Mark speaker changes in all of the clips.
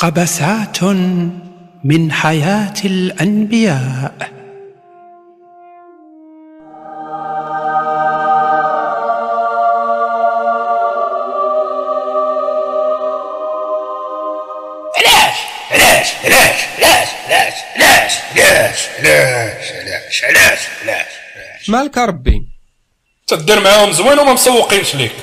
Speaker 1: قبسات من حياة الأنبياء.
Speaker 2: علاش
Speaker 3: مالك ربي؟
Speaker 2: تدير معاهم زوين وما مسوقينش ليك.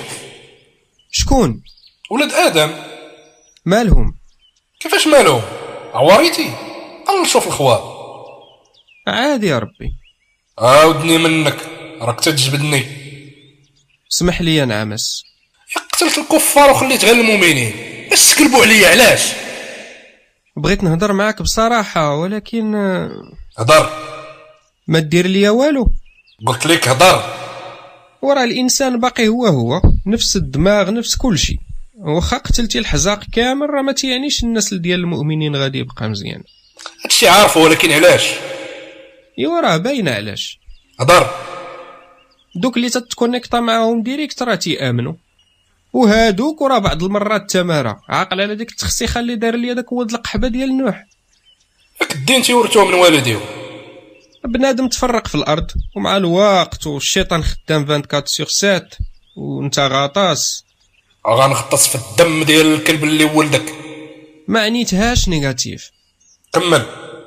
Speaker 3: شكون؟
Speaker 2: ولاد ادم.
Speaker 3: مالهم؟
Speaker 2: كيفاش مالهم؟ عواريتي نشوف الخوار.
Speaker 3: عادي يا ربي.
Speaker 2: عاودني منك راك تجبدني.
Speaker 3: اسمح لي يا نعمس.
Speaker 2: يا قتلت الكفار وخليت غير المؤمنين، باش تقلبوا عليا علاش؟
Speaker 3: بغيت نهضر معاك بصراحة ولكن
Speaker 2: هضر.
Speaker 3: ما دير ليا والو.
Speaker 2: قلت لك هضر.
Speaker 3: ورا الانسان باقي هو نفس الدماغ نفس كل شيء، واخا قتلتي الحزاق كامل راه ما تيعنيش النسل ديال المؤمنين غادي يبقى مزيان.
Speaker 2: هادشي عارفه ولكن علاش؟
Speaker 3: ايوا راه باينه علاش.
Speaker 2: هضر.
Speaker 3: دوك اللي تتكونيكطا معاهم ديريكت راه تيامنوا، وهادوك وراه بعض المرات تماره عاقل على ديك التخسيخه اللي دار ليا داك ولد القحبه ديال نوح.
Speaker 2: ياك الدين تيورثوه من والديهم.
Speaker 3: بنادم تفرق في الارض ومع الوقت والشيطان خدام 24/7 وانت غاطاس.
Speaker 2: غنغطس في الدم ديال الكلب اللي ولدك.
Speaker 3: ما عنيتهاش نيجاتيف.
Speaker 2: كمل.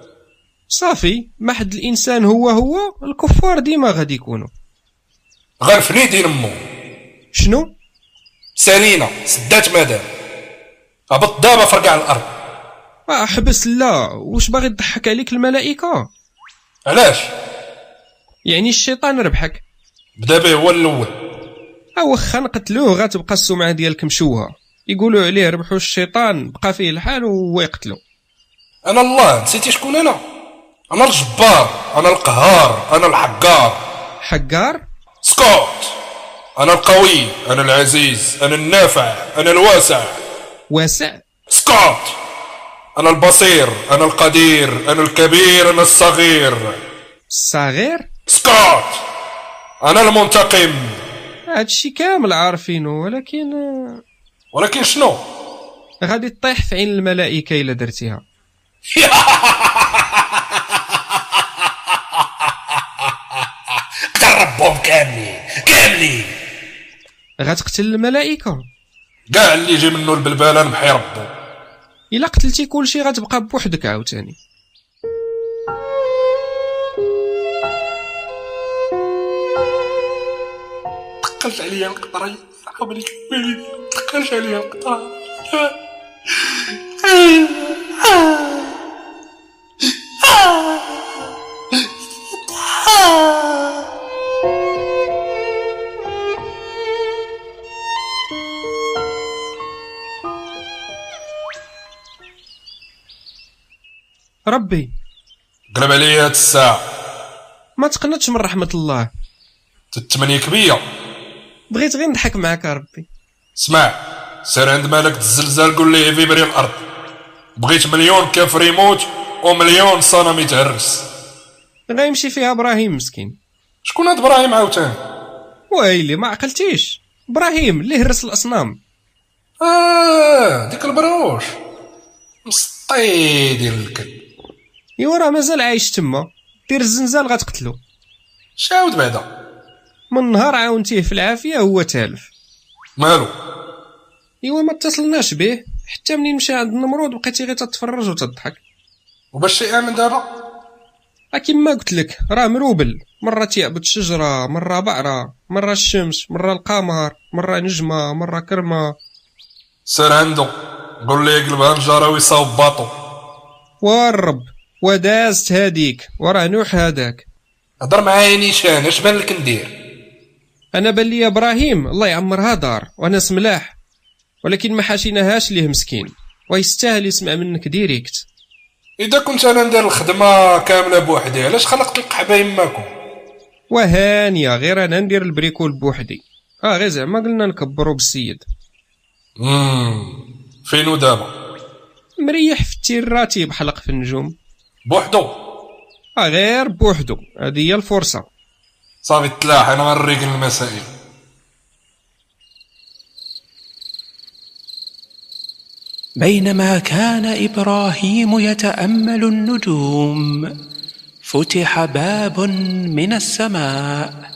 Speaker 3: صافي ما حد الانسان هو الكفار ديما غادي يكونوا.
Speaker 2: غنفني دين امو.
Speaker 3: شنو؟
Speaker 2: سالينا سدات مدام. هبط دابا فرقع الارض.
Speaker 3: حبس. لا واش باغي تضحك عليك الملائكه؟
Speaker 2: علاش؟
Speaker 3: يعني الشيطان ربحك.
Speaker 2: بدا به هو الاول.
Speaker 3: واخا نقتلوه غتبقى السمعه ديالك مشوهه، يقولوا عليه ربحوا الشيطان بقى فيه الحال وهو يقتلو.
Speaker 2: انا الله نسيتي شكون انا الجبار، انا القهار، انا الحقار.
Speaker 3: حقار؟
Speaker 2: سكوت. انا القوي، انا العزيز، انا النافع، انا الواسع.
Speaker 3: واسع؟
Speaker 2: سكوت. انا البصير، انا القدير، انا الكبير، انا الصغير.
Speaker 3: الصغير؟
Speaker 2: سكوت. انا المنتقم.
Speaker 3: هادشي كامل عارفينه ولكن
Speaker 2: شنو؟
Speaker 3: غادي تطيح في عين الملائكه الا درتيها.
Speaker 2: قربهم كاملين.
Speaker 3: غتقتل الملائكه؟
Speaker 2: كاع اللي يجي منه البلباله نمحي ربو.
Speaker 3: الا قتلتي كلشي غتبقى بوحدك عاوتاني.
Speaker 2: تقلت عليا القطره صعب عليك الوالد. تقلت عليا القطره.
Speaker 3: ربي
Speaker 2: قلب عليا هاد الساعه.
Speaker 3: ما تقنطش من رحمه الله.
Speaker 2: تتمنيك بيا.
Speaker 3: بغيت غير نضحك معاك ربي.
Speaker 2: اسمع، سير عند مالك الزلزال قول ليه فيبري الارض. بغيت مليون كافر يموت ومليون صنم يتهرس.
Speaker 3: غيمشي فيها ابراهيم مسكين.
Speaker 2: شكون هاد ابراهيم عاوتاني؟
Speaker 3: ويلي ما عقلتيش؟ ابراهيم اللي هرس الاصنام.
Speaker 2: ديك البروش مسطي ديال الكلب.
Speaker 3: ايوا راه مازال عايش تما. دير الزنزال غتقتلو.
Speaker 2: شاود بعدا.
Speaker 3: من نهار عاونتيه في العافيه هو تالف.
Speaker 2: مالو؟
Speaker 3: ايوا ما اتصلناش به حتى منين مشى عند النمرود بقيتي غير تتفرج وتضحك.
Speaker 2: وباش يامن دابا؟
Speaker 3: كيما قلت لك راه مروبل، مره تيعبد شجره، مره بعره، مره الشمس، مره القمر، مره نجمه، مره كرمه.
Speaker 2: سير عنده قول لي يقلبها نجاره ويصاوب باطو.
Speaker 3: والرب ودازت هاديك وراه نوح هذاك.
Speaker 2: هضر معايا نيشان اش بان لك ندير؟
Speaker 3: انا بان لي ابراهيم الله يعمرها دار وناس ملاح، ولكن ما حاشيناهاش ليه مسكين ويستاهل يسمع منك ديريكت.
Speaker 2: اذا كنت انا ندير الخدمه كامله بوحدي علاش خلقت القحبه يماكم؟
Speaker 3: وهانيه غير انا ندير البريكول بوحدي. غير زعما قلنا نكبروا بالسيد.
Speaker 2: فينو دابا؟
Speaker 3: مريح في التيراتي بحلق في النجوم
Speaker 2: بوحدو.
Speaker 3: غير بوحدو، هذه هي الفرصه.
Speaker 2: صافي تلاح انا غنريق المسائل.
Speaker 1: بينما كان إبراهيم يتأمل النجوم فتح باب من السماء.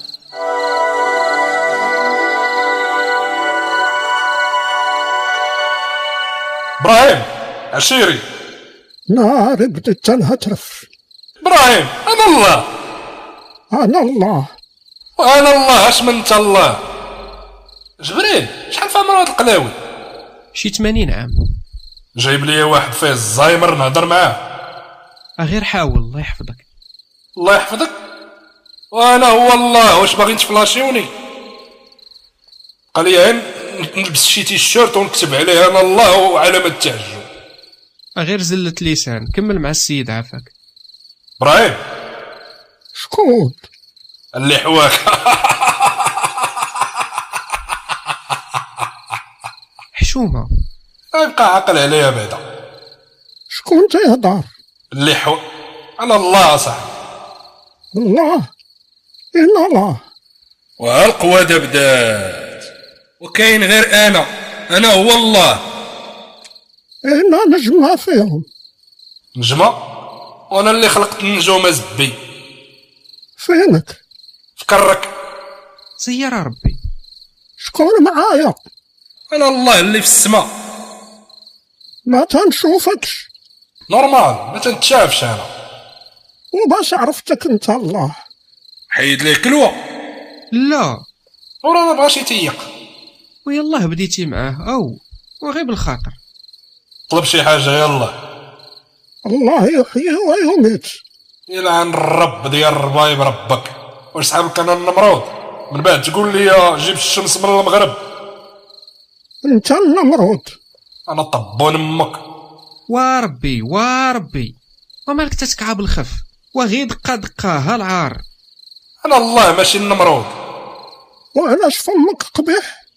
Speaker 2: إبراهيم عشيري.
Speaker 4: ناري بديت تنهترف.
Speaker 2: إبراهيم أنا الله.
Speaker 4: أنا الله.
Speaker 2: وأنا الله اش من انت الله. جبريل شحال في عمر هاد القلاوي؟
Speaker 3: شي 80 عام.
Speaker 2: جايب لي واحد فيه الزايمر نهضر معاه.
Speaker 3: غير حاول الله يحفظك.
Speaker 2: الله يحفظك. وانا هو الله. واش باغي تفلاشيوني؟ قال لي نلبس شي تيشيرت ونكتب عليه انا الله وعلامة التعجب.
Speaker 3: غير زلة لسان. كمل مع السيد عافاك.
Speaker 2: إبراهيم
Speaker 4: شكون؟
Speaker 2: اللي حواك.
Speaker 3: حشومة.
Speaker 2: يبقى عقل عليا بعدا.
Speaker 4: شكون تيهضر؟
Speaker 2: اللي انا الله صاحبي.
Speaker 4: الله. إلا الله.
Speaker 2: والقوادة بدات وكاين غير انا هو الله.
Speaker 4: إلا نجمة فيهم.
Speaker 2: نجمة؟ وانا اللي خلقت النجوم زبي.
Speaker 4: فينك؟
Speaker 2: فكرك.
Speaker 3: سيارة ربي.
Speaker 4: شكون معايا؟
Speaker 2: انا الله اللي في السماء.
Speaker 4: ما تنشوفكش.
Speaker 2: نورمال ما تنتشافش انا.
Speaker 4: وباش عرفتك انت الله؟
Speaker 2: حيد ليه كلوة.
Speaker 3: لا
Speaker 2: ورا ما بغاش يتيق.
Speaker 3: ويلاه بديتي معاه او وغير بالخاطر.
Speaker 2: طلب شي حاجة يلا.
Speaker 4: الله يحيي ويميت.
Speaker 2: يلعن الرب ديال الربايب ربك. واش صحابك انا النمرود من بعد تقول لي جيب الشمس من المغرب؟
Speaker 4: انت النمرود.
Speaker 2: انا طبون امك.
Speaker 3: وربي ومالك تتكعب الخف وغير دقة هالعار.
Speaker 2: انا الله ماشي النمرود.
Speaker 4: وعلاش فمك قبيح؟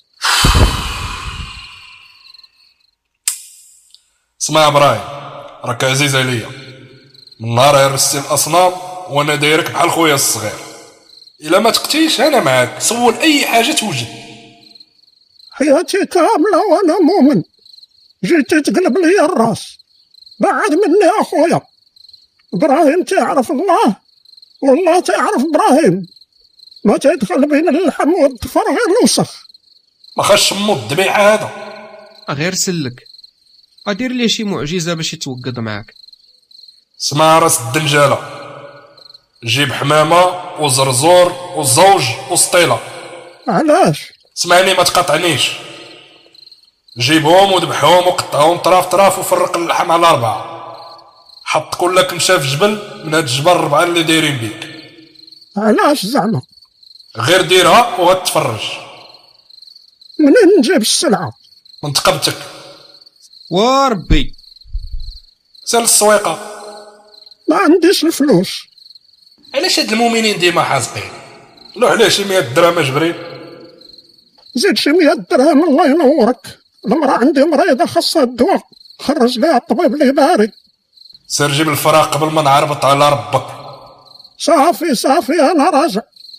Speaker 2: اسمع ابراهيم راك عزيز عليا. من نهار هرستي الاصنام وانا دايرك بحال خويا الصغير. الا ما تقتيش انا معاك صول اي حاجه توجد.
Speaker 4: حياتي كامله وانا مؤمن. جيتي تقلب لي الراس. بعد مني اخويا. ابراهيم تعرف الله والله تعرف ابراهيم. ما تدخل بين اللحم والضفر غير الوسخ.
Speaker 2: ما خاش مو الذبيحه هذا.
Speaker 3: غير سلك. ادير لي شي معجزه باش يتوقد معاك.
Speaker 2: اسمع راس الدنجاله. جيب حمامه وزرزور وزوج وسطيله.
Speaker 4: علاش؟
Speaker 2: اسمعني ما تقاطعنيش. جيبهم وذبحهم وقطعهم طراف وفرق اللحم على 4. حط كل كمشه في جبل من هاد الجبل 4 اللي دايرين بيك.
Speaker 4: علاش زعما؟
Speaker 2: غير ديرها وغتفرج.
Speaker 4: منين نجيب السلعه؟
Speaker 2: من تقبتك.
Speaker 3: وربي
Speaker 2: سال السويقه.
Speaker 4: ما عنديش الفلوس.
Speaker 2: علاش هاد المؤمنين ديما حاسقين؟ لوح عليه شي 100 درهم جبريل.
Speaker 4: زيد شي 100 درهم الله ينورك. المرأة عندي مريضة خاصها الدواء. خرج ليها الطبيب اللي باري.
Speaker 2: سير جيب الفراق قبل ما نعربط على ربك.
Speaker 4: صافي أنا راجع.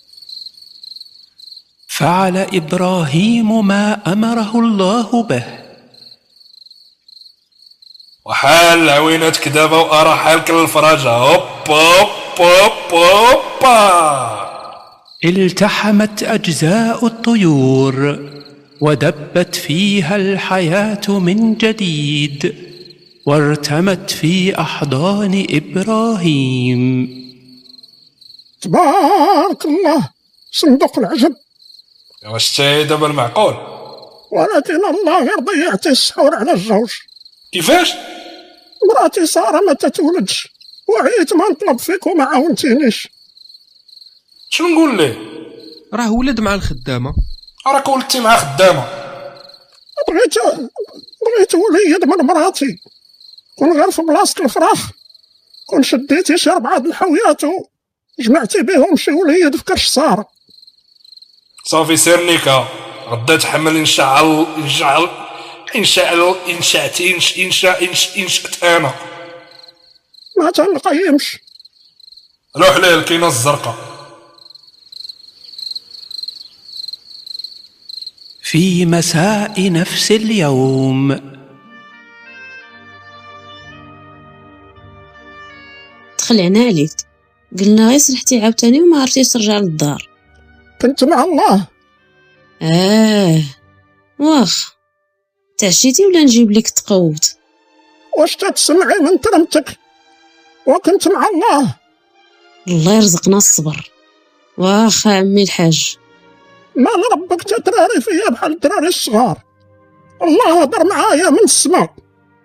Speaker 1: فعل إبراهيم ما أمره الله به.
Speaker 2: وحال عويناتك دابا وأرى حالك للفراجة. هوبا.
Speaker 1: التحمت أجزاء الطيور ودبت فيها الحياة من جديد وارتمت في أحضان إبراهيم.
Speaker 4: تبارك الله. صندوق العجب.
Speaker 2: واش تاهي دابا المعقول؟
Speaker 4: ولكن الله غير ضيعتي السحور على الزوج.
Speaker 2: كيفاش؟
Speaker 4: مراتي سارة ما تتولدش وعيت ما نطلب فيك وما عاونتينيش.
Speaker 2: شنو نقول ليه؟
Speaker 3: راه ولد مع الخدامه.
Speaker 2: راك ولدتي مع خدامه.
Speaker 4: بغيت وليد من مراتي. كون غير في بلاصة الفراخ كون شديتي شي 4 د الحويات وجمعتي بهم شي وليد في كرش سارة.
Speaker 2: صافي سير نيكا. غدا تحمل إن شاءت أنا.
Speaker 4: ما تنقيمش.
Speaker 2: روح ليه الكينة الزرقاء.
Speaker 1: في مساء نفس اليوم
Speaker 5: تخلعنا عليك، قلنا غير سرحتي عاوتاني وما عرفتيش ترجع للدار.
Speaker 4: كنت مع الله.
Speaker 5: واخ تعشيتي ولا نجيب لك تقوت؟
Speaker 4: واش تسمعي من ترمتك؟ وكنت مع الله.
Speaker 5: الله يرزقنا الصبر. واخ عمي الحاج،
Speaker 4: مال ربك تتراري فيا بحال الدراري الصغار. الله هضر معايا من السماء.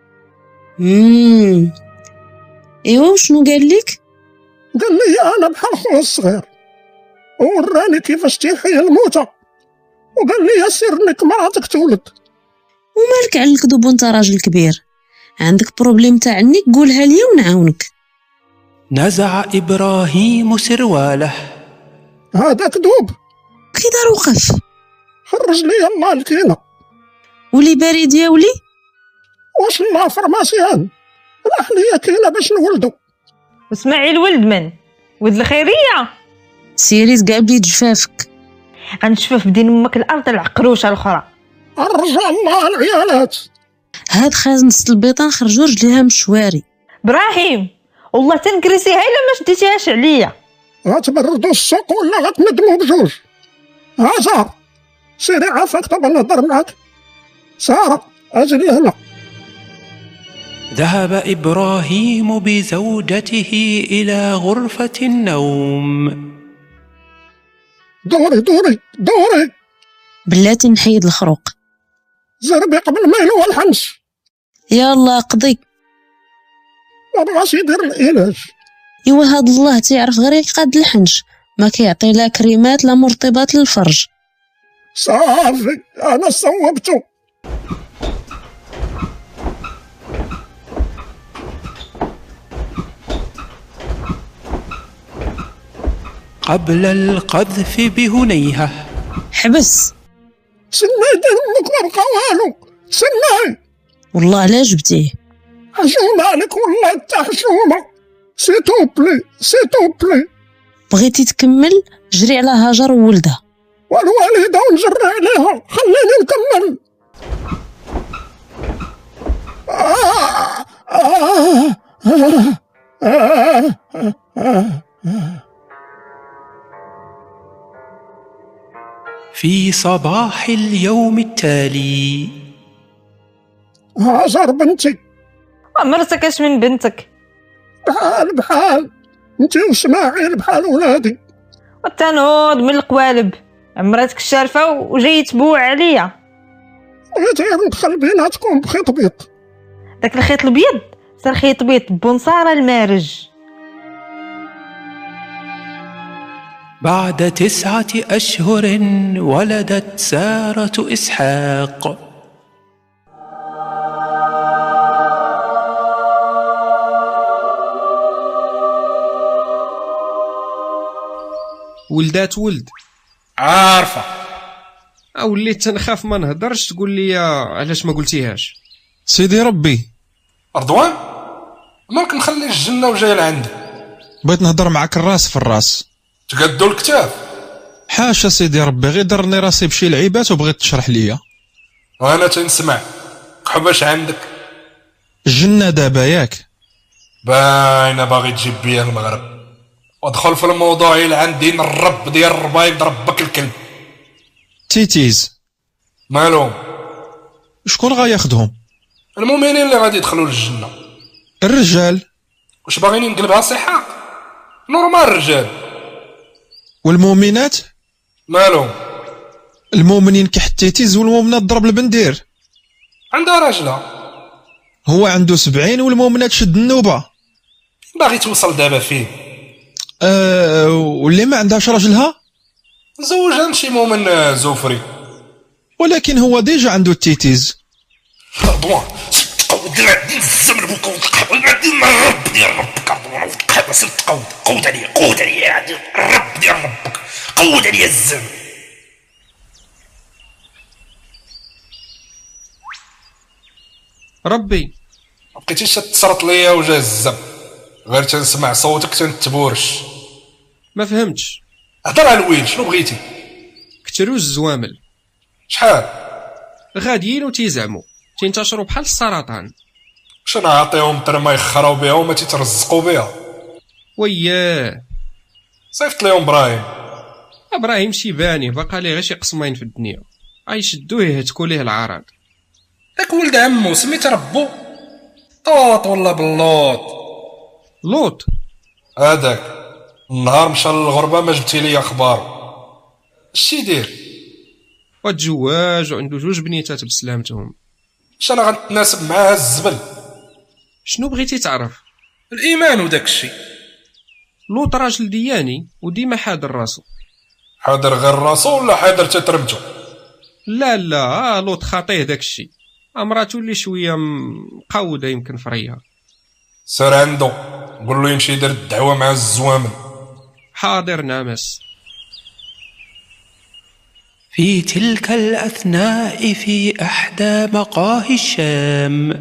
Speaker 5: ايوا وشنو قال لك؟
Speaker 4: قال لي انا بحال خويا الصغير، ووراني كيفاش تيحيي الموتى، وقال لي سير انك مراتك تولد.
Speaker 5: ومالك على الكذوب وانت راجل كبير؟ عندك بروبليم تاع عنك قولها لي ونعاونك.
Speaker 1: نزع إبراهيم سرواله.
Speaker 4: هذا كذوب.
Speaker 5: كي دار وقف؟
Speaker 4: خرج لي الله الكينه.
Speaker 5: ولي بريد يا ولي؟
Speaker 4: واش الله فرماسيان راح ليا كينه باش نولدو.
Speaker 6: واسمعي الولد من ولد الخيريه،
Speaker 5: سيري تقع بيد جفافك.
Speaker 6: غنشفى في دين امك الارض العقروشه الاخرى.
Speaker 4: الرجع الله العيالات.
Speaker 5: هاد خازن البيطان خرجوا رجليها من الشواري.
Speaker 6: ابراهيم والله تنكرسيها الا ما شديتيهاش عليا.
Speaker 4: غتبردوا السوق ولا غتندموا بجوج. سارة سيري عافاك طبعا نهضر معاك. سارة اجلي هنا.
Speaker 1: ذهب إبراهيم بزوجته إلى غرفة النوم.
Speaker 4: دوري
Speaker 5: بلاتي نحيد الخروق.
Speaker 4: زربي قبل ما يلوى الحنش.
Speaker 5: يلا قضي.
Speaker 4: ما بغاش يدير العلاج.
Speaker 5: ايوا هاد الله تيعرف غير يقاد الحنش، ما كيعطي لا كريمات لا مرطبات للفرج.
Speaker 4: صافي انا صوبتو.
Speaker 1: قبل القذف بهنيهة.
Speaker 4: تسناي
Speaker 5: حبس.
Speaker 4: دير امك ما بقى والو. تسناي
Speaker 5: والله لا جبتيه.
Speaker 4: حشومة عليك والله تا حشومة. سيتو بلي.
Speaker 5: بغيتي تكمل جري على هاجر وولدها.
Speaker 4: والوالدة ونجري عليها خليني نكمل.
Speaker 1: في صباح اليوم التالي.
Speaker 4: هاجر بنتي.
Speaker 6: مرتك اش من بنتك؟
Speaker 4: بحال انتي واسماعيل بحال ولادي.
Speaker 6: والتنوض من القوالب، عمرتك الشارفه وجاي تبوع عليا.
Speaker 4: بغيت غير ندخل بيناتكم بخيط بيض.
Speaker 6: داك الخيط البيض صار خيط بيض بنصاره المارج.
Speaker 1: بعد 9 أشهر ولدت سارة إسحاق.
Speaker 3: ولدات ولد.
Speaker 2: عارفة.
Speaker 3: وليت تنخاف ما نهضرش تقول لي علاش ما قلتيهاش.
Speaker 7: سيدي ربي.
Speaker 2: رضوان مالك نخلي الجنة وجاي لعندي؟
Speaker 7: بغيت نهضر معاك الراس في الراس.
Speaker 2: تقدو الكتاب.
Speaker 7: حاشا سيدي ربي، غير درني راسي بشي لعيبات وبغيت تشرح ليا.
Speaker 2: وانا تنسمع. كحباش عندك؟
Speaker 7: الجنة دابا ياك؟
Speaker 2: باينه باغي تجيب بيا المغرب. ودخل في الموضوع يلعن دين الرب ديال الربايب ربك الكلب.
Speaker 7: تيتيز
Speaker 2: مالهم؟
Speaker 7: شكون غياخدهم؟
Speaker 2: المؤمنين اللي غادي يدخلوا للجنة.
Speaker 7: الرجال.
Speaker 2: واش باغيني نقلبها صحة؟ نورمال الرجال.
Speaker 7: والمؤمنات؟
Speaker 2: مالهم؟
Speaker 7: المؤمنين كحتيتيز والمؤمنات ضرب البندير.
Speaker 2: عندها راجلة.
Speaker 7: هو عنده 70 والمؤمنات شد النوبة.
Speaker 2: باغي توصل دابا فيه.
Speaker 7: واللي ما عندهاش راجلها
Speaker 2: زوجها شي مؤمن زوفري.
Speaker 7: ولكن هو ديجا عنده التيتيز.
Speaker 2: رضوان تقود الزمن بوك ودين الرب ديال ربك. رضوان قود عليا الرب ديال ربك. قود عليا الزمن.
Speaker 3: ربي
Speaker 2: ما بقيتيش تتصرط ليا وجا الزم، غير تنسمع صوتك تنتبورش.
Speaker 3: ما فهمتش.
Speaker 2: هضر على الويل. شنو بغيتي؟
Speaker 3: كتروز الزوامل
Speaker 2: شحال
Speaker 3: غاديين وتيزعموا تينتشروا بحال السرطان.
Speaker 2: واش نعطيهم ترما يخراو بها وما تيترزقوا بها؟
Speaker 3: وياه
Speaker 2: صيفط ليهم ابراهيم.
Speaker 3: ابراهيم شيباني باقا ليه غير شي قسمين في الدنيا، غيشدوه يهتكوا ليه العراض.
Speaker 2: داك ولد عمو سميت ربو طوط ولا بلوط.
Speaker 3: لوط
Speaker 2: هذاك النهار مشى للغربه ما جبتي لي اخبار. اش يدير؟
Speaker 3: وتزواج وعنده 2 بنيتات بسلامتهم.
Speaker 2: اش انا غنتناسب معاه الزبل؟
Speaker 3: شنو بغيتي تعرف؟
Speaker 2: الايمان وداك الشيء.
Speaker 3: لوط راجل دياني وديما حاضر راسو.
Speaker 2: حاضر غير راسو ولا حاضر تتربتو؟
Speaker 3: لا لوط خاطيه داك الشيء. امراتو اللي شويه مقوده يمكن فريها.
Speaker 2: سير عنده قول له يمشي يدير الدعوه مع الزوامل.
Speaker 3: حاضر نامس.
Speaker 1: في تلك الأثناء في إحدى مقاهي الشام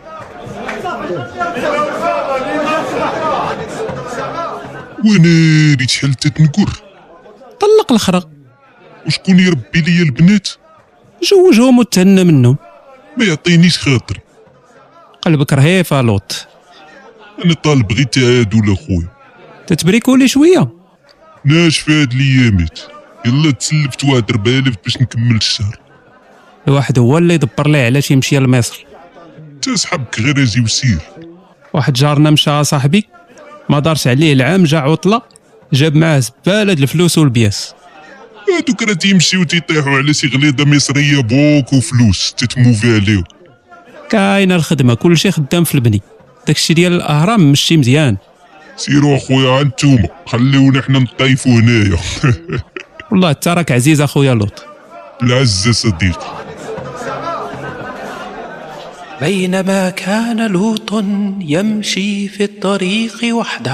Speaker 8: وناري شحال تتنكر.
Speaker 7: طلق الخرق.
Speaker 8: وشكون يربي ليا البنات؟
Speaker 7: جوجهم وتهنى منهم.
Speaker 8: ما يعطينيش خاطر.
Speaker 7: قلبك رهيف لوط.
Speaker 8: انا طالب غير تعادل اخويا.
Speaker 7: تتبريكولي شويه.
Speaker 8: ناشف هاد الايامات. يلا تسلفت واحد 4000 باش نكمل الشهر.
Speaker 7: الواحد هو اللي يدبر ليه علاش يمشي لمصر.
Speaker 8: انت صحابك غير اجي وسير.
Speaker 7: واحد جارنا مشى صاحبي ما دارش عليه العام، جا عطله جاب معاه زباله د الفلوس والبياس.
Speaker 8: هادوك راه تيمشيو تيطيحوا على شي غليظه مصريه بوكو فلوس تتموفي عليهم.
Speaker 7: كاينه الخدمه كلشي خدام في البني. داكشي ديال الاهرام مشي مزيان.
Speaker 8: سيروا اخويا انتوما خليونا حنا نطيفوا هنايا.
Speaker 7: والله انت راك عزيز اخويا لوط.
Speaker 8: العزه صديقي.
Speaker 1: بينما كان لوط يمشي في الطريق وحده.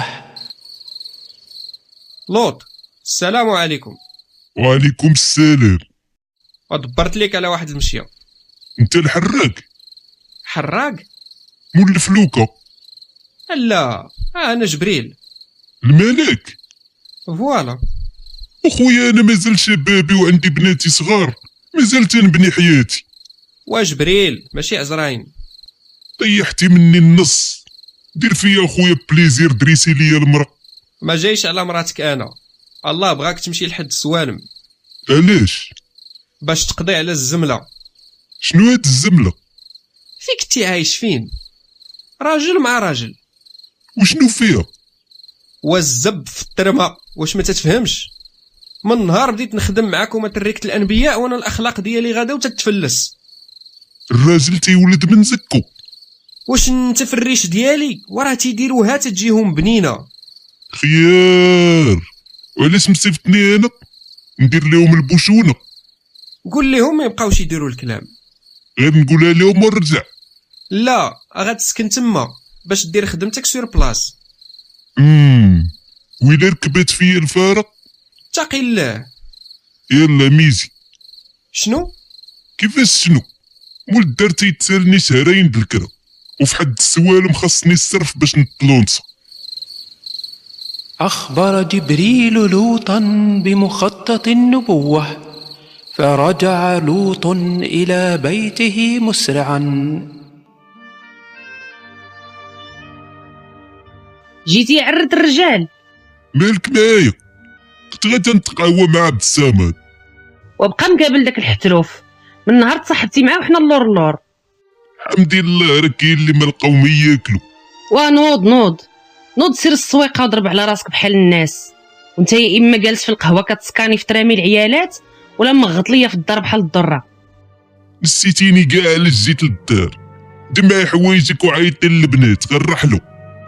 Speaker 3: لوط السلام عليكم.
Speaker 8: وعليكم السلام.
Speaker 3: ودبرت ليك على واحد المشيه.
Speaker 8: انت الحراق؟
Speaker 3: حراق؟
Speaker 8: مول الفلوكه؟
Speaker 3: لا انا جبريل
Speaker 8: الملك.
Speaker 3: فوالا.
Speaker 8: اخويا انا مازال شبابي وعندي بناتي صغار، مازال تنبني حياتي.
Speaker 3: وجبريل ماشي عزراين.
Speaker 8: طيحتي مني النص. دير فيا اخويا بليزير دريسي ليا المرا.
Speaker 3: ما جايش على مراتك انا، الله بغاك تمشي لحد السوالم.
Speaker 8: علاش؟
Speaker 3: باش تقضي على الزمله.
Speaker 8: شنو هاد الزمله؟
Speaker 3: فيك تي عايش فين؟ راجل مع راجل.
Speaker 8: وشنو فيها؟
Speaker 3: والزب في الترمه، واش ما تتفهمش؟ من نهار بديت نخدم معاك وما تريكت الانبياء وانا الاخلاق ديالي غادا وتتفلس.
Speaker 8: الراجل تيولد من زكو.
Speaker 3: واش انت في الريش ديالي وراه تيديروها تجيهم بنينه.
Speaker 8: خيار. وعلاش مصيفتني انا؟ ندير لهم البوشونه.
Speaker 3: قول لهم ما يبقاوش يديروا الكلام.
Speaker 8: غير نقولها لهم ونرجع.
Speaker 3: لا غتسكن تما باش دير خدمتك سور بلاص.
Speaker 8: ويلا ركبت فيا الفارق.
Speaker 3: اتقي الله.
Speaker 8: يلا ميزي.
Speaker 3: شنو؟
Speaker 8: كيفاش شنو؟ مول دار تيتسالني شهرين د الكرا، وفي حد السوالم خاصني الصرف باش نطلونص.
Speaker 1: أخبر جبريل لوطا بمخطط النبوة، فرجع لوط إلى بيته مسرعا.
Speaker 9: جيتي عرد الرجال.
Speaker 8: مالك معايا؟ كنت غير تنتقهوى مع عبد الصمد.
Speaker 9: وبقى مقابل داك الحتروف من نهار تصاحبتي معاه وحنا اللور.
Speaker 8: الحمد لله راه كاين اللي ما لقاو ما ياكلوا.
Speaker 9: نوض سير السويقه وضرب على راسك بحال الناس. وانت يا اما جالس في القهوه كتسكاني في ترامي العيالات ولا مغط ليا في الدار بحال الضره.
Speaker 8: نسيتيني كاع علاش جيت للدار. جمعي حوايجك وعيطي للبنات غنرحلو.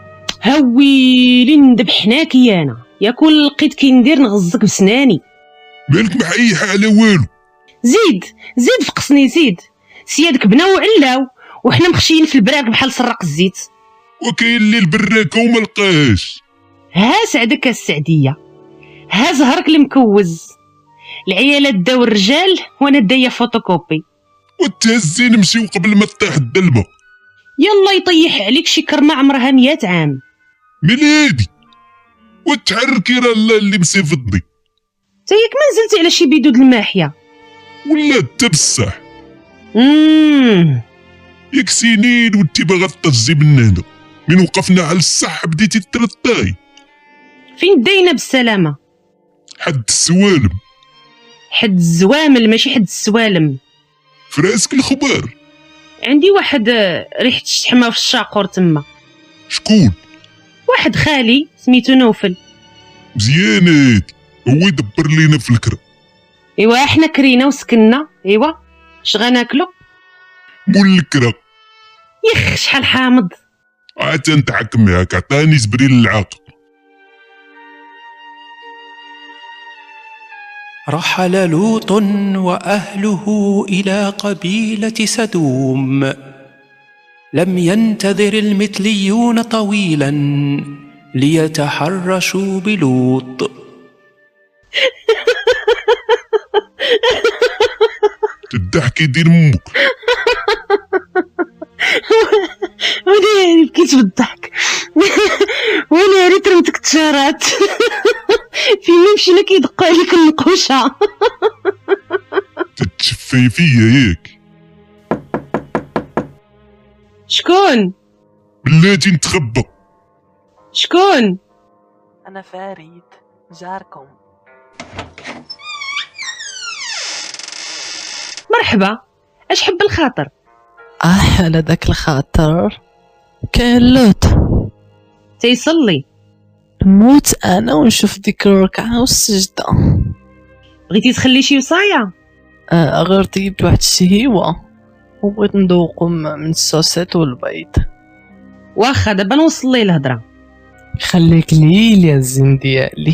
Speaker 9: هويلي ندبحناكي انا يا كل لقيت كندير نغزك بسناني.
Speaker 8: مالك محيحه على والو.
Speaker 9: زيد فقسني زيد. سيادك بناو وعلاو وحنا مخشيين في البراك بحال سراق الزيت.
Speaker 8: وكاين اللي البراكه وما لقاهاش.
Speaker 9: ها سعدك السعديه، ها زهرك المكوز. العيالات داو الرجال وانا دايا فوتوكوبي.
Speaker 8: وتهزي نمشيو قبل ما تطيح الظلمه.
Speaker 9: يلا يطيح عليك شي كرمه عمرها 100 عام.
Speaker 8: ميلادي وتحركي راه الله اللي مسيفضني.
Speaker 9: تياك ما نزلتي على شي بيدود الماحيه
Speaker 8: ولا انت بصح. ياك سنين وانت باغا تطزي من هنا. من وقفنا على الصح بديتي ترطاي.
Speaker 9: فين داينه بالسلامه؟
Speaker 8: حد السوالم.
Speaker 9: حد الزوامل ماشي حد السوالم.
Speaker 8: في راسك الخبار.
Speaker 9: عندي واحد ريحه الشحمه في الشاقور تما.
Speaker 8: شكون؟
Speaker 9: واحد خالي سميتو نوفل.
Speaker 8: مزيانه هادي، هو يدبر لينا في الكرا.
Speaker 9: ايوا احنا كرينا وسكننا. ايوا اش غناكلو؟
Speaker 8: مول الكرا.
Speaker 9: يخ شحال حامض.
Speaker 8: عاد نتحكم معاك، عطاني زبريل العاقل.
Speaker 1: رحل لوط وأهله إلى قبيلة سدوم. لم ينتظر المثليون طويلا ليتحرشوا بلوط.
Speaker 8: الضحك يدير امك.
Speaker 9: وانا بكيت بالضحك. وانا ريت رمتك تشارات. فين ما مشينا كيدقوا عليك النقوشه.
Speaker 8: تتشفي فيا ياك.
Speaker 9: شكون؟
Speaker 8: بلاتي نتخبى.
Speaker 9: شكون؟
Speaker 10: انا فريد جاركم.
Speaker 9: مرحبا، اش حب الخاطر؟
Speaker 10: على داك الخاطر كاين لوط
Speaker 9: تيصلي.
Speaker 10: نموت انا ونشوف ديك الركعه والسجده.
Speaker 9: بغيتي تخلي شي وصايه؟
Speaker 10: غير طيبت واحد الشهيوه وبغيت ندوقو من السوسيت والبيض.
Speaker 9: واخا دابا نوصل ليه الهضره.
Speaker 10: خليك ليل يا الزين ديالي.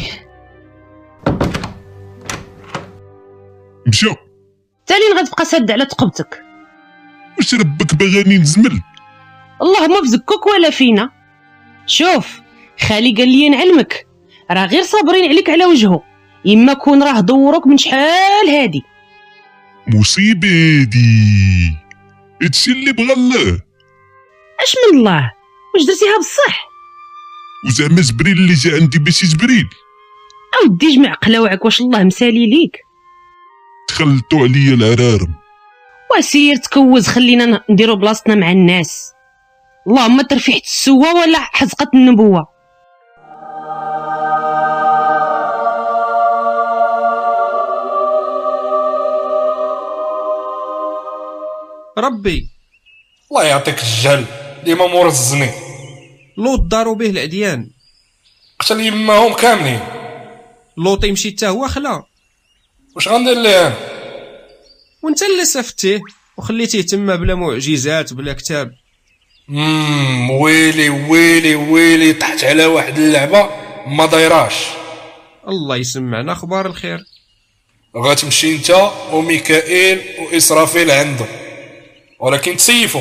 Speaker 8: مشى.
Speaker 9: تالين غتبقى ساد على تقبتك.
Speaker 8: واش ربك باغاني نزمل؟
Speaker 9: اللهم بزكوك ولا فينا. شوف خالي قال لي نعلمك، راه غير صابرين عليك على وجهه، اما كون راه دوروك من شحال هادي.
Speaker 8: مصيبه هادي، هادشي اللي بغا الله.
Speaker 9: اش من الله؟ واش درتيها بصح؟
Speaker 8: وزعما جبريل اللي جا عندي باش يجبريل؟
Speaker 9: اودي جمع قلاوعك، واش الله مسالي ليك؟
Speaker 8: تخلطوا عليا العرارم.
Speaker 9: وسير تكوز، خلينا نديرو بلاصتنا مع الناس. اللهم ترفيحة السوا ولا حزقة النبوة.
Speaker 3: ربي
Speaker 2: الله يعطيك الجهل ديما مرزني.
Speaker 3: لوط داروا به العديان،
Speaker 2: قتل يماهم كاملين.
Speaker 3: لوط يمشي حتى هو خلا.
Speaker 2: واش غندير ليه انا؟
Speaker 3: وانت اللي صفتيه وخليتيه تما بلا معجزات بلا كتاب.
Speaker 2: ويلي ويلي ويلي، طحت على واحد اللعبه ما دايراش.
Speaker 3: الله يسمعنا اخبار الخير.
Speaker 2: غتمشي انت وميكائيل واسرافيل عنده، ولكن تسيفوا.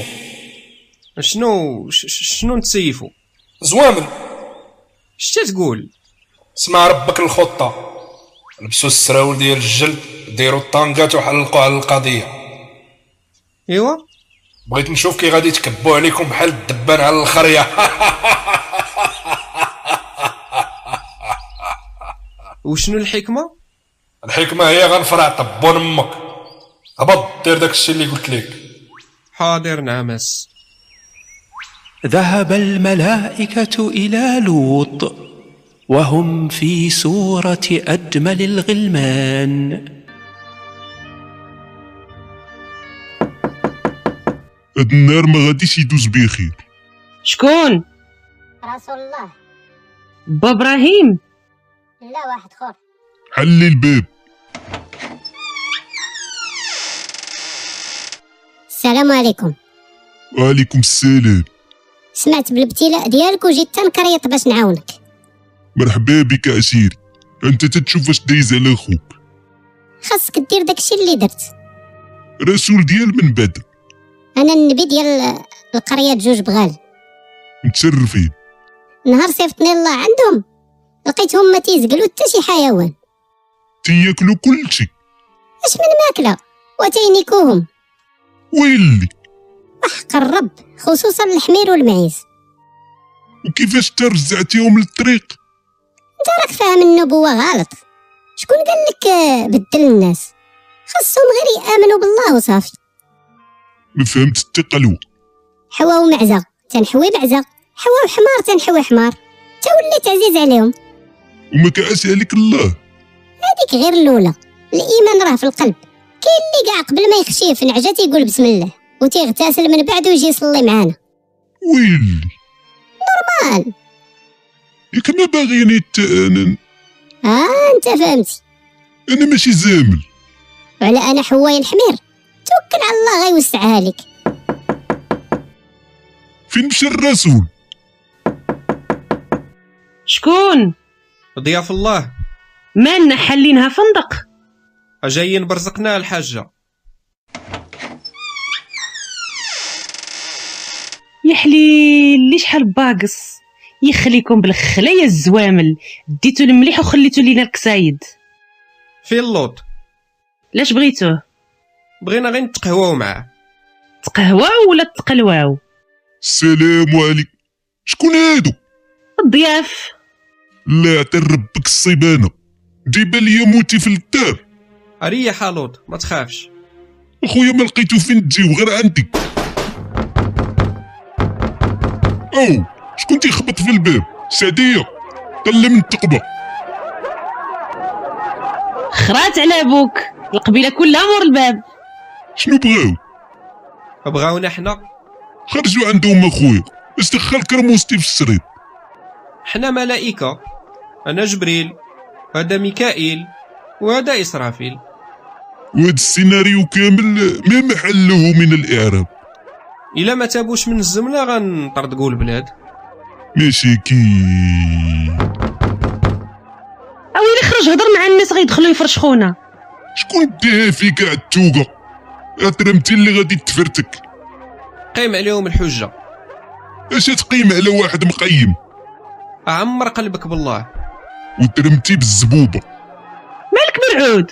Speaker 3: شنو نتسيفوا؟
Speaker 2: زوامل.
Speaker 3: شتا تقول؟
Speaker 2: اسمع ربك الخطه. لبسوا السراول ديال الجلد، ديروا الطانكات وحلقوا على القضيه.
Speaker 3: ايوا
Speaker 2: بغيت نشوف كي غادي تكبوا عليكم بحال الدبان على الخريه.
Speaker 3: وشنو الحكمه؟
Speaker 2: الحكمه هي غنفرع طبون امك. هبط دير داكشي اللي قلت لك.
Speaker 3: حاضر نعمس.
Speaker 1: ذهب الملائكة إلى لوط وهم في صورة أجمل الغلمان.
Speaker 8: هاد النهار ما غاديش يدوز بخير.
Speaker 9: شكون؟
Speaker 11: رسول الله.
Speaker 9: با ابراهيم؟
Speaker 11: لا واحد اخر.
Speaker 8: حلي الباب.
Speaker 11: السلام عليكم.
Speaker 8: وعليكم السلام.
Speaker 11: سمعت بالابتلاء ديالك وجيت تنكريط باش نعاونك.
Speaker 8: مرحبا بك عشيري، انت تتشوف اش دايز على خوك.
Speaker 11: خاصك دير داكشي اللي درت.
Speaker 8: رسول ديال من بدر.
Speaker 11: انا النبي ديال القريه جوج بغال.
Speaker 8: متشرفين.
Speaker 11: نهار صيفطني الله عندهم لقيتهم ما تيزقلوا حتى شي حيوان.
Speaker 8: تياكلوا كلشي.
Speaker 11: اش من ماكله وتينيكوهم.
Speaker 8: ويلي
Speaker 11: وحق الرب، خصوصا الحمير والمعيز.
Speaker 8: وكيفاش ترجعتيهم للطريق؟
Speaker 11: انت راك فاهم النبوه غلط. شكون قال لك بدل الناس؟ خاصهم غير يامنوا بالله وصافي.
Speaker 8: ما فهمت التقلوه.
Speaker 11: حوا ومعزه تنحوي معزه، حوا وحمار تنحوي حمار، تا وليت عزيز عليهم.
Speaker 8: وما كعاش عليك الله.
Speaker 11: هذيك غير الاولى، الايمان راه في القلب. كاين اللي كاع قبل ما يخشيه في نعجه تيقول بسم الله وتيغتسل من بعد ويجي يصلي معانا.
Speaker 8: ويلي
Speaker 11: نورمال.
Speaker 8: ياك ما باغيني
Speaker 11: انت فهمتي.
Speaker 8: انا ماشي زامل.
Speaker 11: وعلى انا حواي الحمير، توكل على الله غيوسعها لك.
Speaker 8: فين مشى الرسول؟
Speaker 9: شكون؟
Speaker 3: ضياف الله.
Speaker 9: مالنا حلينها فندق؟
Speaker 3: جايين برزقنا الحاجه.
Speaker 9: يا حليل شحال باقص، يخليكم بالخلايا الزوامل، ديتو المليح وخليتو لينا الكسايد.
Speaker 3: فين اللوط؟
Speaker 9: لاش بغيتوه؟
Speaker 3: بغينا غير نتقهواو معاه.
Speaker 9: تقهواو ولا تقلواو؟
Speaker 8: السلام عليكم. شكون هادو؟
Speaker 9: الضياف.
Speaker 8: لا عطي ربك الصيبانه، جيب ليا موتي في الدار.
Speaker 3: اريح لوط، ما تخافش.
Speaker 8: اخويا ما لقيتو فين تجيو غير عندي. او شكون تيخبط في الباب؟ سعديه طلع من التقبه.
Speaker 9: خرات على ابوك، القبيله كلها مور الباب.
Speaker 8: شنو بغاو؟
Speaker 3: بغاونا حنا.
Speaker 8: خرجوا عندهم اخويا، باش دخل كرموستي في السرير.
Speaker 3: حنا ملائكه، انا جبريل، هذا ميكائيل، وهذا اسرافيل.
Speaker 8: وهذا السيناريو كامل ما محله من الاعراب.
Speaker 3: الا ما تابوش من الزمله غنطردقوا البلاد.
Speaker 8: ماشي كي
Speaker 9: اويلي خرج هضر مع الناس غيدخلوا يفرشخونا.
Speaker 8: شكون داها فيك عالتوقه؟ اطرمتي اللي غادي تفرتك.
Speaker 3: قيم عليهم الحجه.
Speaker 8: اش تقيم على واحد مقيم؟
Speaker 3: عمر قلبك بالله.
Speaker 8: وترمتي بالزبوبه.
Speaker 9: مالك مرعود؟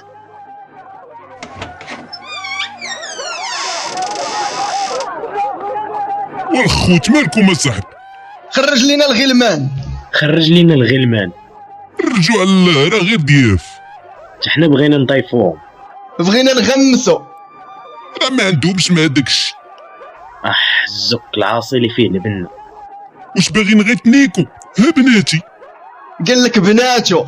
Speaker 8: والخوت مالكم اصاحب؟
Speaker 12: خرج لينا الغلمان.
Speaker 13: خرج لينا الغلمان.
Speaker 8: رجعوا على الله، راه غير ضياف.
Speaker 13: حنا بغينا نضيفوهم.
Speaker 12: بغينا نغمسو.
Speaker 8: راه ما عندهمش مع داكشي.
Speaker 13: الزك العاصي اللي فيه لبنه.
Speaker 8: واش باغيين غير تنيكو؟ ها بناتي.
Speaker 12: قال لك بناتو.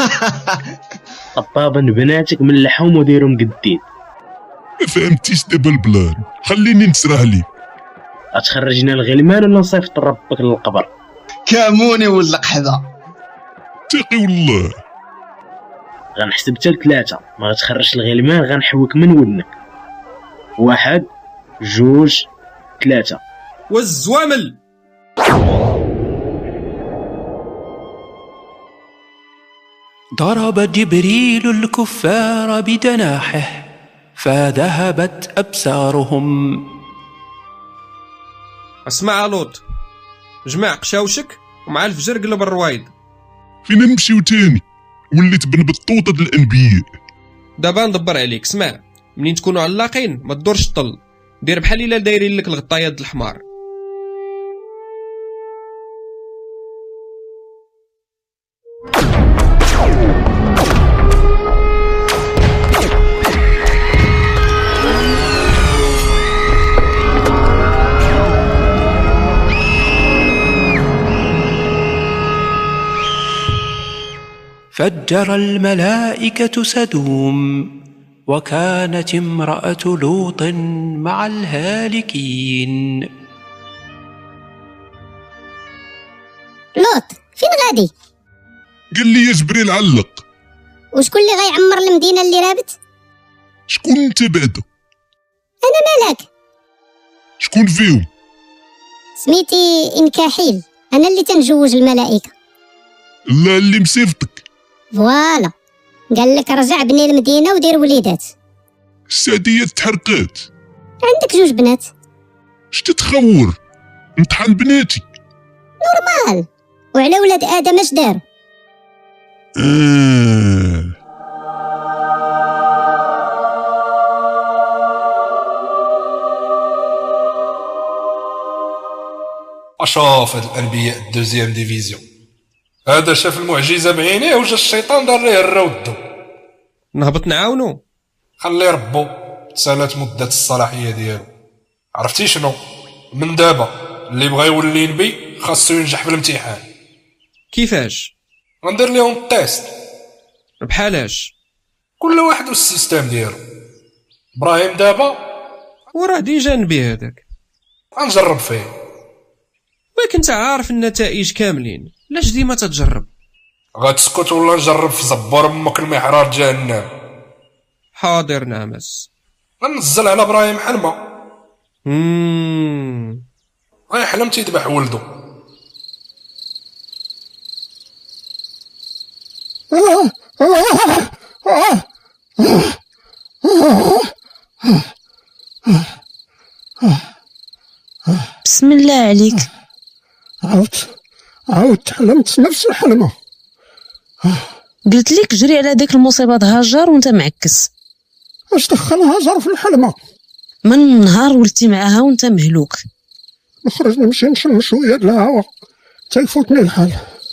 Speaker 13: طبابا بناتك من اللحوم وديرهم قديد.
Speaker 8: ما فهمتيش دابا البلان، خليني نسرح لي.
Speaker 13: اتخرجنا الغلمان ولا نصيفط ربك للقبر؟
Speaker 12: كاموني ولا قحبه.
Speaker 8: تقي والله.
Speaker 13: غنحسب حتى ل3، ما غتخرجش الغلمان غنحوك من ودنك. 1 2 3.
Speaker 3: والزوامل.
Speaker 1: ضرب جبريل الكفار بجناحه فذهبت أبصارهم.
Speaker 3: اسمع لوط، جمع قشاوشك ومع الفجر قلب الروايد.
Speaker 8: فين نمشيو تاني؟ وليت بن بطوطة الانبياء.
Speaker 3: دابا ندبر عليك. اسمع، منين تكونوا علاقين ما تدورش طل، دير بحال الا دايرين لك الغطايه د الحمار.
Speaker 1: فجر الملائكة سدوم وكانت امرأة لوط مع الهالكين.
Speaker 11: لوط فين غادي؟
Speaker 8: قال لي يا جبريل علق.
Speaker 11: وشكون اللي غيعمر المدينة اللي رابت؟
Speaker 8: شكون انت بعدا؟
Speaker 11: انا مالك؟
Speaker 8: شكون فيهم؟
Speaker 11: سميتي إنكاحيل، انا اللي تنجوج الملائكة.
Speaker 8: لا اللي مصيفطك.
Speaker 11: فوالا، قال لك رجع بني المدينة ودير وليدات.
Speaker 8: السعدية تحرقات.
Speaker 11: عندك 2 بنات.
Speaker 8: اش تتخور؟ امتحان بناتي.
Speaker 11: نورمال. وعلى ولاد آدم اش دار؟
Speaker 2: اشوف هاد الانبياء الدوزيام ديفيزيون. هذا شاف المعجزه بعينيه وجا الشيطان دار ليه الرودو.
Speaker 3: نهبط نعاونو.
Speaker 2: خلي ربو تسالات مده الصلاحيه ديالو. عرفتي شنو؟ من دابا اللي بغى يولي نبي خاصو ينجح في الامتحان.
Speaker 3: كيفاش؟
Speaker 2: غندير لهم التيست.
Speaker 3: بحالاش؟
Speaker 2: كل واحد والسيستم ديالو. ابراهيم دابا
Speaker 3: وراه ديجا نبي هذاك
Speaker 2: غنجرب فيه.
Speaker 3: ولكن انت عارف النتائج كاملين، علاش ديما تتجرب؟
Speaker 2: غتسكت ولا نجرب في زبور امك المحرار جهنم؟
Speaker 3: حاضر نعمس.
Speaker 2: غنزل على ابراهيم حلمه. غيحلم تيذبح ولدو.
Speaker 5: بسم الله عليك.
Speaker 4: عاود حلمت نفس الحلمة.
Speaker 5: قلت لك جري على ديك المصيبة هاجر وانت معكس.
Speaker 4: اش دخل هاجر في الحلمة؟
Speaker 5: من نهار ولتي معاها وانت مهلوك.
Speaker 4: نخرج نمشي نشم شوية د الهوا تيفوتني الحال.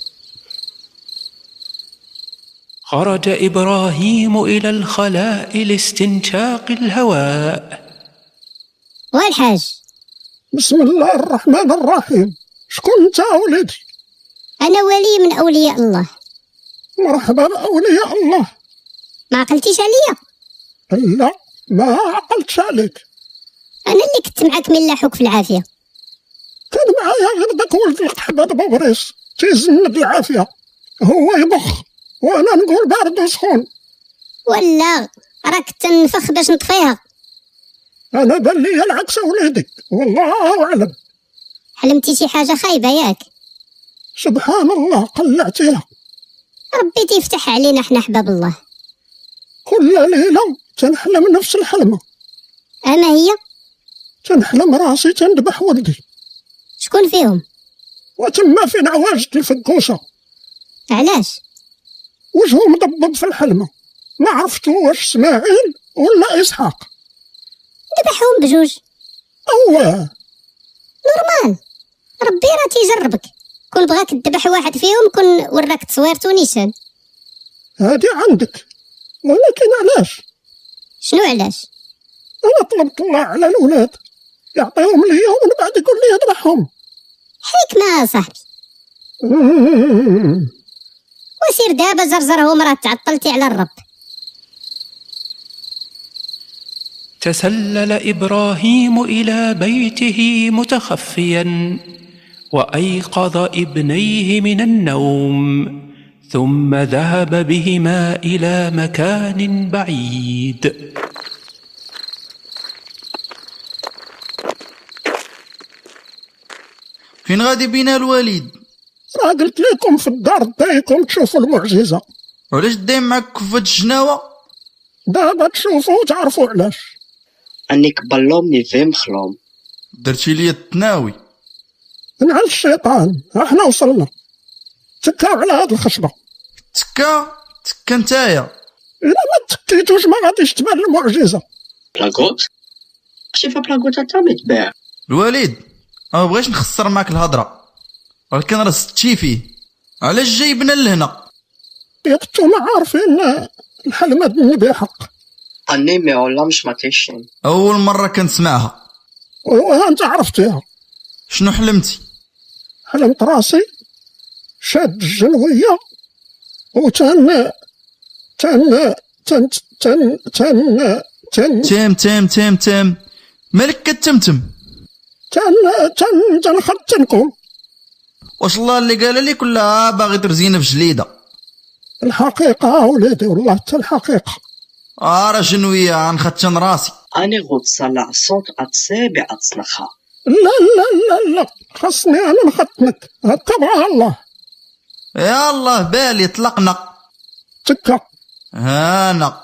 Speaker 1: خرج إبراهيم إلى الخلاء لاستنشاق الهواء.
Speaker 11: والحاج
Speaker 4: بسم الله الرحمن الرحيم. شكون انت وليدي؟
Speaker 11: انا ولي من اولياء الله.
Speaker 4: مرحبا بأولياء الله.
Speaker 11: ما عقلتيش عليا؟
Speaker 4: لا ما عقلتش عليك.
Speaker 11: انا اللي كنت معاك من لاحوك في العافيه.
Speaker 4: كان معايا غير داك ولد القحبة بابريس تيزند العافيه، هو يبخ وانا نقول بارد وسخون.
Speaker 11: ولا راك تنفخ باش نطفيها.
Speaker 4: انا بان لي العكس وليدي والله اعلم.
Speaker 11: حلمتي شي حاجه خايبه ياك؟
Speaker 4: سبحان الله قلعتيها.
Speaker 11: ربي تيفتح علينا حنا احباب الله.
Speaker 4: كل ليله تنحلم نفس الحلمه.
Speaker 11: اما هي؟
Speaker 4: تنحلم راسي تندبح ولدي.
Speaker 11: شكون فيهم؟
Speaker 4: وتما فين عواجد الفقوسه.
Speaker 11: علاش؟
Speaker 4: وجهه مضبب في الحلمه، ما عرفتو واش اسماعيل ولا اسحاق.
Speaker 11: ذبحهم بجوج.
Speaker 4: نورمال.
Speaker 11: ربي راه تيجربك، كون بغاك تذبح واحد فيهم كون وراك تصويرتو نيشان.
Speaker 4: هادي عندك، ولكن علاش؟
Speaker 11: شنو علاش؟
Speaker 4: انا طلبت الله على الاولاد يعطيهم ليا ومن بعد يقول لي اذبحهم.
Speaker 11: حكمه صاحبي. وسير دابا زرزرهم راه تعطلتي على الرب.
Speaker 1: تسلل إبراهيم إلى بيته متخفيا وأيقظ ابنيه من النوم، ثم ذهب بهما إلى مكان بعيد.
Speaker 14: فين غادي بينا الوالد؟
Speaker 4: راه قلت لكم في الدار دايكم تشوفوا المعجزة.
Speaker 14: وعلاش دايم معك كفة الجناوة؟
Speaker 4: دابا تشوفوا وتعرفوا علاش.
Speaker 13: انك بلومني في مخلوم.
Speaker 14: درتي لي التناوي.
Speaker 4: نعل الشيطان، احنا وصلنا. تكاو على هاد الخشبة.
Speaker 14: تكا نتايا.
Speaker 4: إلا ما تكيتوش ما غاديش تبان المعجزة.
Speaker 13: بلاكوت؟ شوف بلاكوت حتى متباع.
Speaker 14: الوالد ما بغيتش نخسر معك الهضرة، ولكن راه ستي فيه. علاش جايبنا لهنا؟
Speaker 4: ياك ما عارفين الحلمة النبي حق.
Speaker 13: اني ما علمش ما تيشين.
Speaker 14: اول مرة كنسمعها.
Speaker 4: وانت عرفتيها.
Speaker 14: شنو حلمتي؟
Speaker 4: حلمت راسي شاد الجنوية وتن
Speaker 14: مالك كتمتم؟
Speaker 4: تنختنكم.
Speaker 14: واش الله اللي قال لك ولا باغي ترزينا في جليده؟
Speaker 4: الحقيقه وليدي والله حتى الحقيقه.
Speaker 14: راه جنويه غنختن راسي.
Speaker 13: اني غتصلع صوت اتسابع اتصلخها.
Speaker 4: لا خاصني انا نختنك هكا بغا الله.
Speaker 14: يا الله بالي طلقنا.
Speaker 4: تكا
Speaker 14: هانا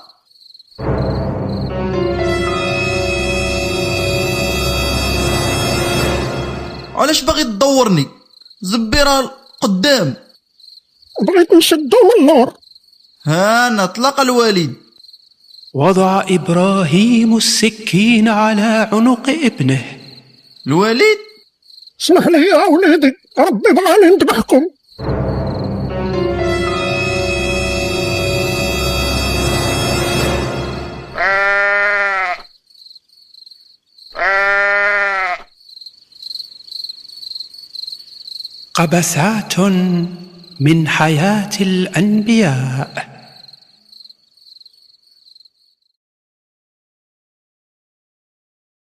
Speaker 14: علاش باغي تدورني؟ زبيرة قدام.
Speaker 4: بغيت نشدو من النور.
Speaker 14: هانا طلق الوالد.
Speaker 1: وضع إبراهيم السكين على عنق ابنه.
Speaker 14: الوالد
Speaker 4: اسمح لي يا وليدي، ربي بغاني نذبحكم.
Speaker 1: قبسات من حياة الأنبياء.